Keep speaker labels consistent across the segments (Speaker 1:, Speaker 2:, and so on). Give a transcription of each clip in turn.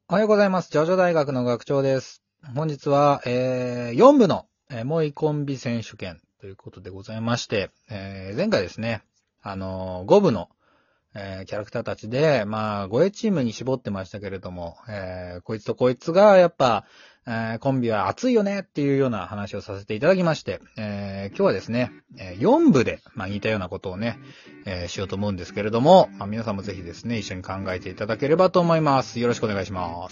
Speaker 1: おはようございます。ジョジョ大学の学長です。本日は、4部の、モイコンビ選手権ということでございまして、前回ですね、5部の、キャラクターたちで、護衛チームに絞ってましたけれども、こいつとこいつがやっぱ、コンビは熱いよねっていうような話をさせていただきまして、今日はですね、4部で、似たようなことをね、しようと思うんですけれども、皆さんもぜひですね、一緒に考えていただければと思います。よろしくお願いします。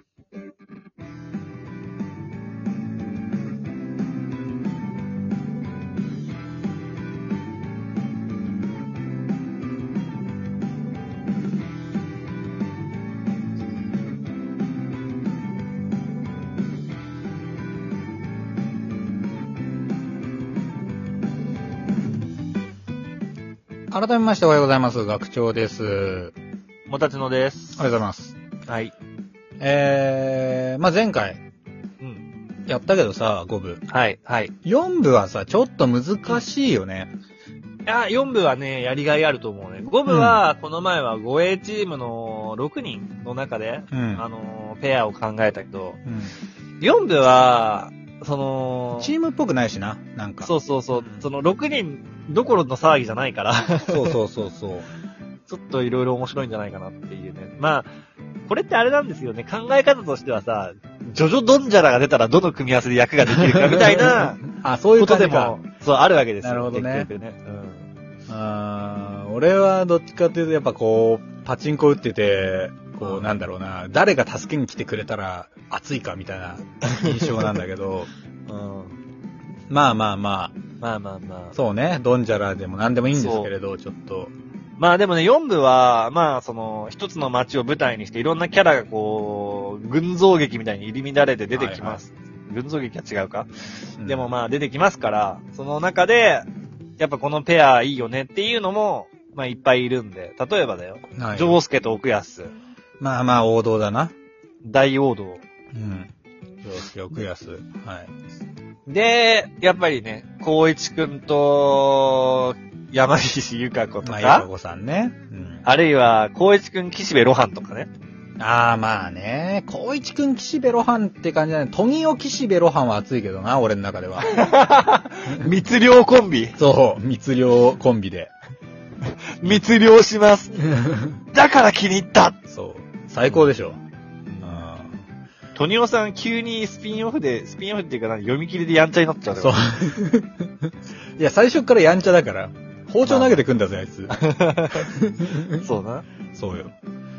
Speaker 1: 改めましておはようございます。学長です。
Speaker 2: もたちのです。
Speaker 1: おはようございます。
Speaker 2: はい。
Speaker 1: 前回、やったけどさ、5部。
Speaker 2: はい、はい。
Speaker 1: 4部はさ、ちょっと難しいよね。
Speaker 2: いや、4部はね、やりがいあると思うね。5部は、この前は護衛チームの6人の中で、ペアを考えたけど、4部は、
Speaker 1: チームっぽくないしな、なんか。
Speaker 2: そう。その6人どころの騒ぎじゃないから。
Speaker 1: そう。
Speaker 2: ちょっといろいろ面白いんじゃないかなっていうね。これってあれなんですよね。考え方としてはさ、ジョジョドンジャラが出たらどの組み合わせで役ができるかみたいな、
Speaker 1: そういう
Speaker 2: ことでも、そう、あるわけですよ。
Speaker 1: なるほどね。
Speaker 2: ね。
Speaker 1: 俺はどっちかっていうと、やっぱこう、パチンコ打ってて、なんだろうな、誰が助けに来てくれたら熱いかみたいな印象なんだけど、そうね、ドンジャラでも何でもいいんですけれど、ちょっと。
Speaker 2: でもね、4部は、一つの街を舞台にしていろんなキャラがこう、群像劇みたいに入り乱れて出てきます。群像劇は違うか、でも出てきますから、その中で、やっぱこのペアいいよねっていうのも、いっぱいいるんで、例えばだよ。ジョウスケと奥安。
Speaker 1: 王道だな。
Speaker 2: 大王道。
Speaker 1: ジョウスケ、奥安。はい。
Speaker 2: で、やっぱりね、光一くんと、山岸ゆか子とか。ゆ
Speaker 1: か子さんね。
Speaker 2: あるいは、光一くん岸辺露伴とかね。
Speaker 1: 光一くん岸辺露伴って感じだね。トギオ岸辺露伴は熱いけどな、俺の中では。
Speaker 2: 密漁コンビ。
Speaker 1: そう、密漁コンビで。
Speaker 2: 密漁します。だから気に入った。
Speaker 1: そう。最高でしょ。
Speaker 2: トニオさん急にスピンオフっていうか読み切りでやんちゃになっちゃうよ。
Speaker 1: そう。いや、最初からやんちゃだから。包丁投げてくんだぜ、あいつ。
Speaker 2: そうな。
Speaker 1: そうよ。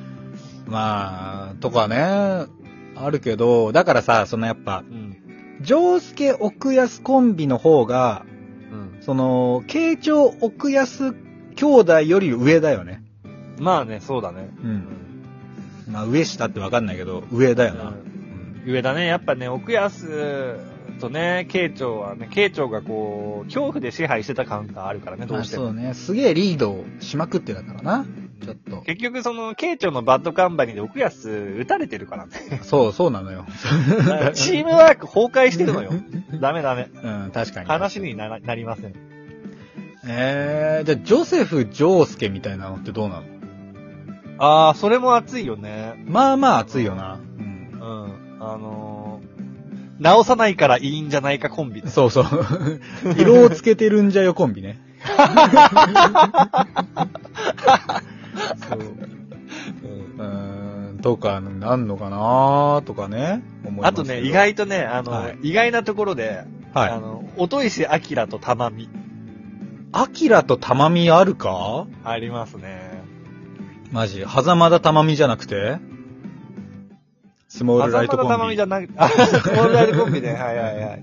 Speaker 1: とかね、あるけど、だからさ、やっぱ、ジョウスケ奥安コンビの方が、慶長奥安兄弟より上だよね。
Speaker 2: そうだね。
Speaker 1: 上下ってわかんないけど、上だよな。
Speaker 2: 上だね。やっぱね、奥安とね、慶長はね、慶長がこう、恐怖で支配してた感があるからね、どうしても。
Speaker 1: そうね。すげえリードしまくってたからな。ちょっと。
Speaker 2: 結局慶長のバッドカンパニーで奥安撃たれてるからね。
Speaker 1: そうなのよ。
Speaker 2: チームワーク崩壊してるのよ。ダメ。
Speaker 1: 確かに。
Speaker 2: 話になりません。
Speaker 1: じゃあ、ジョセフ・ジョウスケみたいなのってどうな
Speaker 2: の？それも熱いよね。
Speaker 1: 熱いよな。
Speaker 2: 直さないからいいんじゃないかコンビ。
Speaker 1: そう。色をつけてるんじゃよコンビね。そう。とか、なんのかなとかね。
Speaker 2: あとね、意外とね、意外なところで、音石明と玉美。
Speaker 1: 明と玉美あるか？
Speaker 2: ありますね。
Speaker 1: マジ狭間田玉美じゃなくてスモールライトコンビ。
Speaker 2: 玉美じゃなくて、スモールライトコンビね。はい。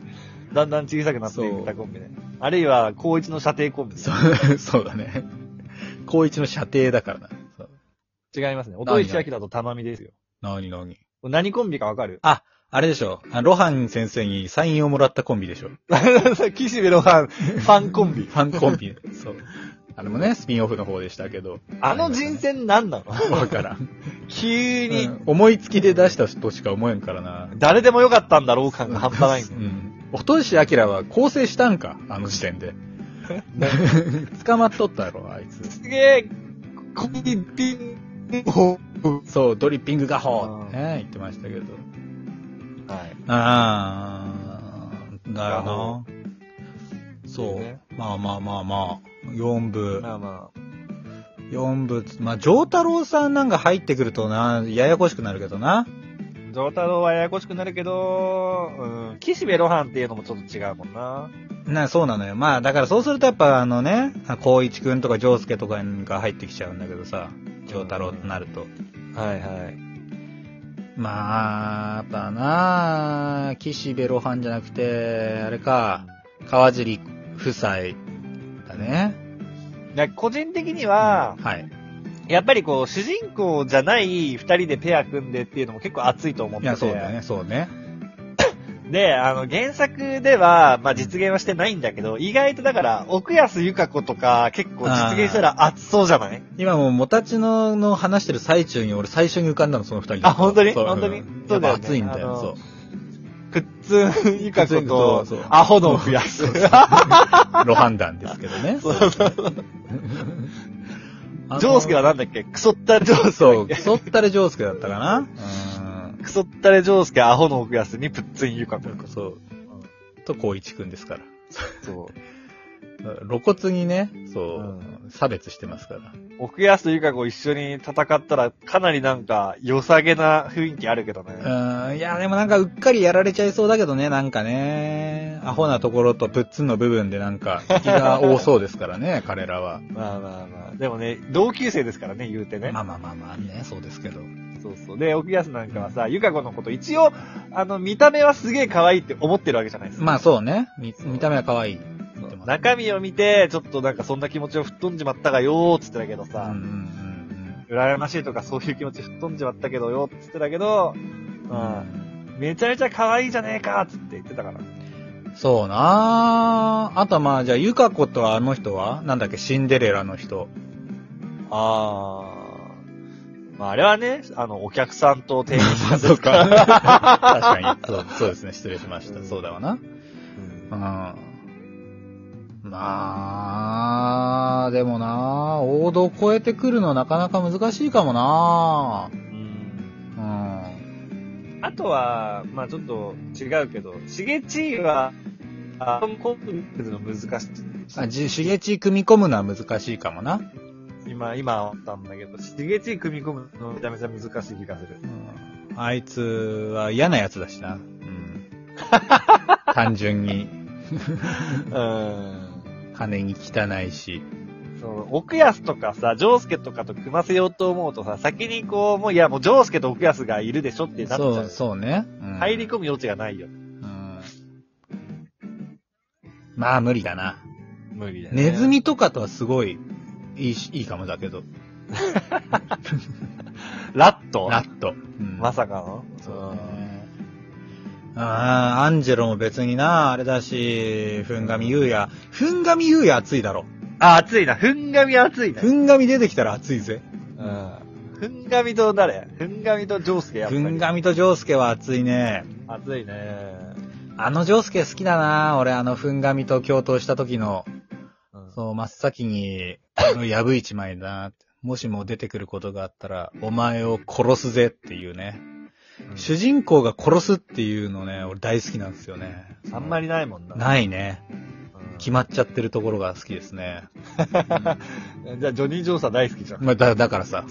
Speaker 2: だんだん小さくなっていったコンビね。あるいは、高一の射程コンビ。
Speaker 1: そうだね。高一の射程だからな。
Speaker 2: 違いますね。音石明と玉美ですよ。何コンビかわかる？
Speaker 1: あれでしょ。露伴先生にサインをもらったコンビでしょ。
Speaker 2: 岸辺露伴、ファンコンビ。
Speaker 1: ファンコンビ。そう。あれもね、スピンオフの方でしたけど。
Speaker 2: 人選何なの？
Speaker 1: わからん。
Speaker 2: 急に、
Speaker 1: 思いつきで出した人しか思えんからな。
Speaker 2: 誰でもよかったんだろう感が半端ないんだよ。
Speaker 1: 音石明は構成したんか、あの時点で。捕まっとったやろ、あいつ。
Speaker 2: すげえ、コンビピンを
Speaker 1: そう、ドリッピング画法ってね、言ってましたけど。
Speaker 2: はい。
Speaker 1: だよな。そう。
Speaker 2: ね、
Speaker 1: まあ、4部。
Speaker 2: まあまあ。
Speaker 1: 4部、まあ、丈太郎さんなんか入ってくるとな、ややこしくなるけどな。
Speaker 2: 丈太郎はややこしくなるけど、岸辺露伴っていうのもちょっと違うもんな。
Speaker 1: そうなのよ。まあ、だからそうするとやっぱ光一くんとか丈介とかが入ってきちゃうんだけどさ、丈太郎となると。
Speaker 2: はいはい。
Speaker 1: まあ、やっぱな、岸辺露伴じゃなくて、あれか、川尻夫妻だね。
Speaker 2: 個人的には、
Speaker 1: はい。
Speaker 2: やっぱりこう、主人公じゃない二人でペア組んでっていうのも結構熱いと思ってて。
Speaker 1: いや、そうだね、そうね。
Speaker 2: で、原作では、まあ実現はしてないんだけど、意外とだから、奥安由香子とか結構実現したら熱そうじゃない？
Speaker 1: 今もう、もたちの話してる最中に俺最初に浮かんだの、その二人。
Speaker 2: あ、本当に
Speaker 1: そう
Speaker 2: 本当に、
Speaker 1: そうだよね。熱いんだよ、そう。
Speaker 2: プッツン由香子と、アホの奥安。
Speaker 1: 露伴団ですけどね。
Speaker 2: そうそう。ジョースケはなんだっけ？クソったれジョースケ。
Speaker 1: そう、クソったれジョースケだったかな。
Speaker 2: クソったれジョースケ、アホの奥安にプッツン由香子。
Speaker 1: そう。と、光一くんですから。
Speaker 2: そう。
Speaker 1: 露骨にね、そう、差別してますから。
Speaker 2: 奥安と由香子一緒に戦ったら、かなりなんか、良さげな雰囲気あるけどね。
Speaker 1: いや、でもなんかうっかりやられちゃいそうだけどね、なんかね。アホなところとプッツンの部分でなんか、気が多そうですからね、彼らは。
Speaker 2: まあまあまあ。でもね、同級生ですからね、言うてね。
Speaker 1: まあね、そうですけど。
Speaker 2: そうそう。で、奥安なんかはさ、由香子のこと一応、見た目はすげえ可愛いって思ってるわけじゃないですか。
Speaker 1: まあそうね。見た目は可愛い。
Speaker 2: 中身を見て、ちょっとなんかそんな気持ちを吹っ飛んじまったがよーっつってたけどさ、羨ましいとかそういう気持ち吹っ飛んじまったけどよっつってたけど、めちゃめちゃ可愛いじゃねえかっつって言ってたから。
Speaker 1: そうなあとはまあ、じゃあ、ゆか子とあの人はなんだっけ、シンデレラの人。
Speaker 2: まあ、あれはね、お客さんと店員さん
Speaker 1: そうか。確かに。そうですね。失礼しました。そうだわな。まあ、でもな王道超えてくるのなかなか難しいかもな
Speaker 2: あとは、まあちょっと違うけど、しげちは、コンプの難しい。
Speaker 1: しげち組み込むのは難しいかもな。
Speaker 2: 今思ったんだけど、しげち組み込むのめちゃめちゃ難しい気がする。
Speaker 1: あいつは嫌なやつだしな。単純に。金に汚いし。
Speaker 2: そう、奥安とかさ、ジョースケとかと組ませようと思うとさ、先にこう、もうジョースケと奥安がいるでしょってなっちゃう。
Speaker 1: そうね。
Speaker 2: 入り込む余地がないよ。
Speaker 1: まあ無理だな。
Speaker 2: 無理だね。
Speaker 1: ネズミとかとはすごいいいかもだけど。
Speaker 2: ラット。
Speaker 1: ま
Speaker 2: さかの
Speaker 1: そうね。アンジェロも別にな、あれだし、ふんがみゆうや熱いだろ。
Speaker 2: 熱いな。ふんがみ熱いね。
Speaker 1: ふんがみ出てきたら熱いぜ。
Speaker 2: ふんがみと誰？ふんがみとジョースケやっぱり。
Speaker 1: ふんがみとジョースケは熱いね。
Speaker 2: 熱いね。
Speaker 1: ジョースケ好きだな俺ふんがみと共闘した時の、そう、真っ先に、やぶ一枚だな。もしも出てくることがあったら、お前を殺すぜっていうね。主人公が殺すっていうのね、俺大好きなんですよね。
Speaker 2: あんまりないもんな。
Speaker 1: ないね。決まっちゃってるところが好きですね。
Speaker 2: じゃあ、ジョニー・ジョーさん大好きじゃん。
Speaker 1: まあ、だからさ、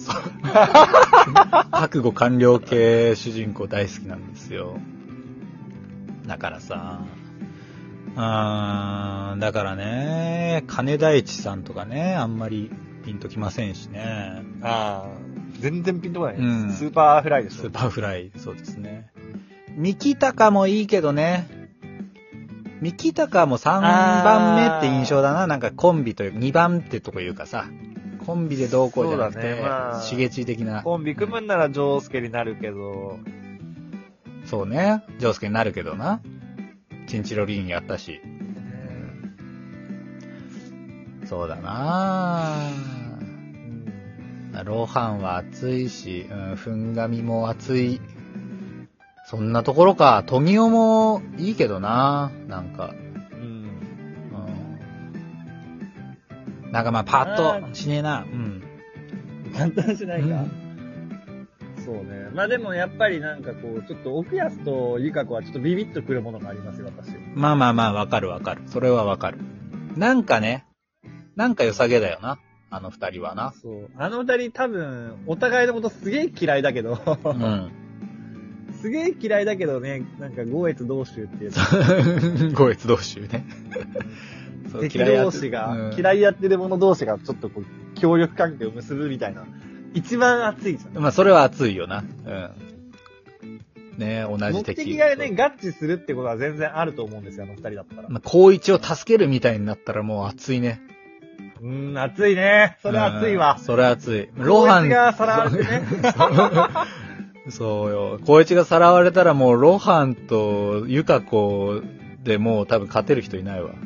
Speaker 1: 覚悟完了系主人公大好きなんですよ。だからさ、だからね、金田一さんとかね、あんまりピンときませんしね。
Speaker 2: 全然ピンとこない、スーパーフライでしょ。
Speaker 1: スーパーフライ、そうですね。三木高もいいけどね。三木高も3番目って印象だな。なんかコンビというか、2番ってとこいうかさ。コンビでどうこうじゃなくて、刺激的な。
Speaker 2: コンビ組むんならジョースケになるけど。
Speaker 1: そうね。ジョースケになるけどな。チンチロリンやったし。そうだなロハンは熱いし、ふんがみも熱い。そんなところか。トギオもいいけどななんか。なんかまあパッとしねえな。
Speaker 2: 簡単しないか。 そうね。まあでもやっぱりなんかこう、ちょっと奥安とゆか子はちょっとビビッとくるものがありますよ、私。
Speaker 1: まあまあまあ、わかるわかる。それはわかる。なんかね、なんか良さげだよな。あの二人はな。
Speaker 2: そう。あの二人多分、お互いのことすげえ嫌いだけど、
Speaker 1: うん。
Speaker 2: すげえ嫌いだけどね、なんか豪越同州っていう。
Speaker 1: 五越同州ね。そう
Speaker 2: 敵同士が、嫌いやってる者同士がちょっとこう、協力関係を結ぶみたいな。一番熱いじゃん。
Speaker 1: まあ、それは熱いよな。うん。ね同じ
Speaker 2: 目
Speaker 1: 敵。
Speaker 2: 的がね、合致するってことは全然あると思うんですよ、あの二人だったら。
Speaker 1: まあ、光一を助けるみたいになったらもう熱いね。
Speaker 2: 熱いね。それ熱いわ。
Speaker 1: それ熱い。ロハン。
Speaker 2: 光一がさらわれてね。
Speaker 1: そうよ。光一がさらわれたらもうロハンとユカ子でもう多分勝てる人いないわ。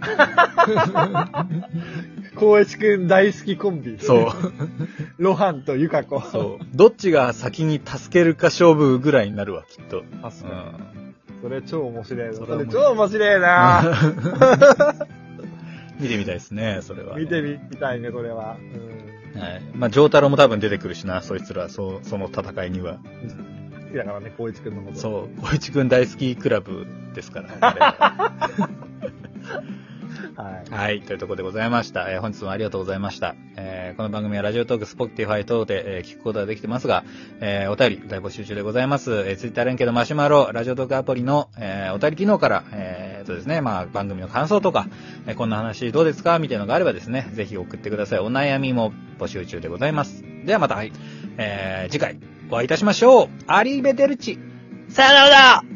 Speaker 2: 光一くん大好きコンビ。
Speaker 1: そう。
Speaker 2: ロハンとユカ子。
Speaker 1: そう。どっちが先に助けるか勝負ぐらいになるわ、きっと。
Speaker 2: 確かに。それ超面白いな。
Speaker 1: そ
Speaker 2: それ超面白いな。
Speaker 1: 見てみたいですね、それは、ね。
Speaker 2: 見てみたいね、それは。
Speaker 1: はい。まあ、ジョータロも多分出てくるしな、そいつら、その戦いには。
Speaker 2: 好きだからね、光一くんのこと。
Speaker 1: そう。光一くん大好きクラブですから。
Speaker 2: はい。
Speaker 1: はい。というところでございました。本日もありがとうございました。この番組はラジオトーク、スポティファイ等で、聞くことができてますが、お便り大募集中でございます。ツイッター連携のマシュマロ、ラジオトークアプリの、お便り機能から、ですね、まあ、番組の感想とか、こんな話どうですかみたいなのがあればですね、ぜひ送ってください。お悩みも募集中でございます。ではまた、次回お会いいたしましょう。アリーベデルチ。
Speaker 2: さよならだ